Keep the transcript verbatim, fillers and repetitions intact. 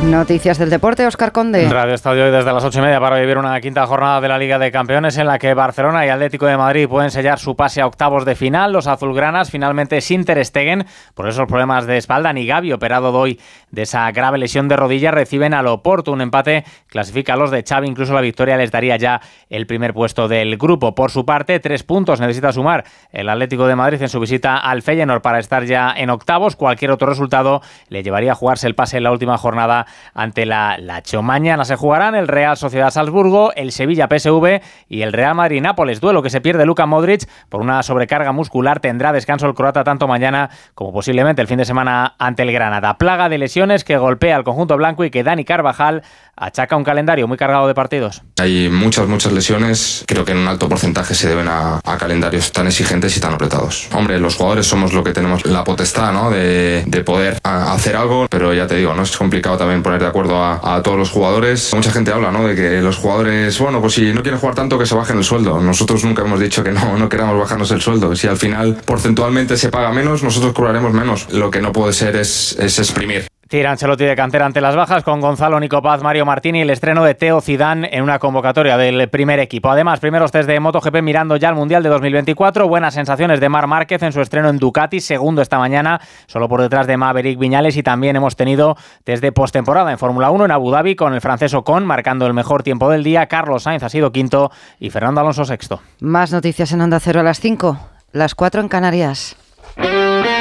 Noticias del deporte, Óscar Conde. Radio Estadio hoy desde las ocho y media para vivir una quinta jornada de la Liga de Campeones en la que Barcelona y Atlético de Madrid pueden sellar su pase a octavos de final. Los azulgranas finalmente sin Ter Stegen, por esos problemas de espalda, ni Gavi, operado hoy de esa grave lesión de rodilla, reciben al Oporto. Un empate clasifica a los de Xavi, incluso la victoria les daría ya el primer puesto del grupo. Por su parte, tres puntos necesita sumar el Atlético de Madrid en su visita al Feyenoord para estar ya en octavos. Cualquier otro resultado le llevaría a jugarse el pase en la última jornada ante la Lazio. Mañana se jugarán el Real Sociedad Salzburgo, el Sevilla P S V y el Real Madrid Nápoles, duelo que se pierde Luka Modric por una sobrecarga muscular. Tendrá descanso el croata tanto mañana como posiblemente el fin de semana ante el Granada. Plaga de lesiones que golpea al conjunto blanco y que Dani Carvajal achaca un calendario muy cargado de partidos. Hay muchas, muchas lesiones, creo que en un alto porcentaje se deben a, a calendarios tan exigentes y tan apretados. Hombre, los jugadores somos los que tenemos la potestad, ¿no?, de, de poder a, hacer algo, pero ya te digo, no es complicado también poner de acuerdo a, a todos los jugadores. Mucha gente habla, ¿no?, de que los jugadores, bueno, pues si no quieren jugar tanto, que se bajen el sueldo. Nosotros nunca hemos dicho que no, no queramos bajarnos el sueldo. Si al final porcentualmente se paga menos, nosotros cobraremos menos. Lo que no puede ser es, es exprimir. Tira Ancelotti de cantera ante las bajas, con Gonzalo, Nico Paz, Mario Martín y el estreno de Teo Zidane en una convocatoria del primer equipo. Además, primeros test de MotoGP mirando ya al Mundial de dos mil veinticuatro. Buenas sensaciones de Marc Márquez en su estreno en Ducati, segundo esta mañana, solo por detrás de Maverick Viñales. Y también hemos tenido test de postemporada en Fórmula uno en Abu Dhabi, con el francés Ocon marcando el mejor tiempo del día. Carlos Sainz ha sido quinto y Fernando Alonso sexto. Más noticias en Onda Cero a las cinco, las cuatro en Canarias.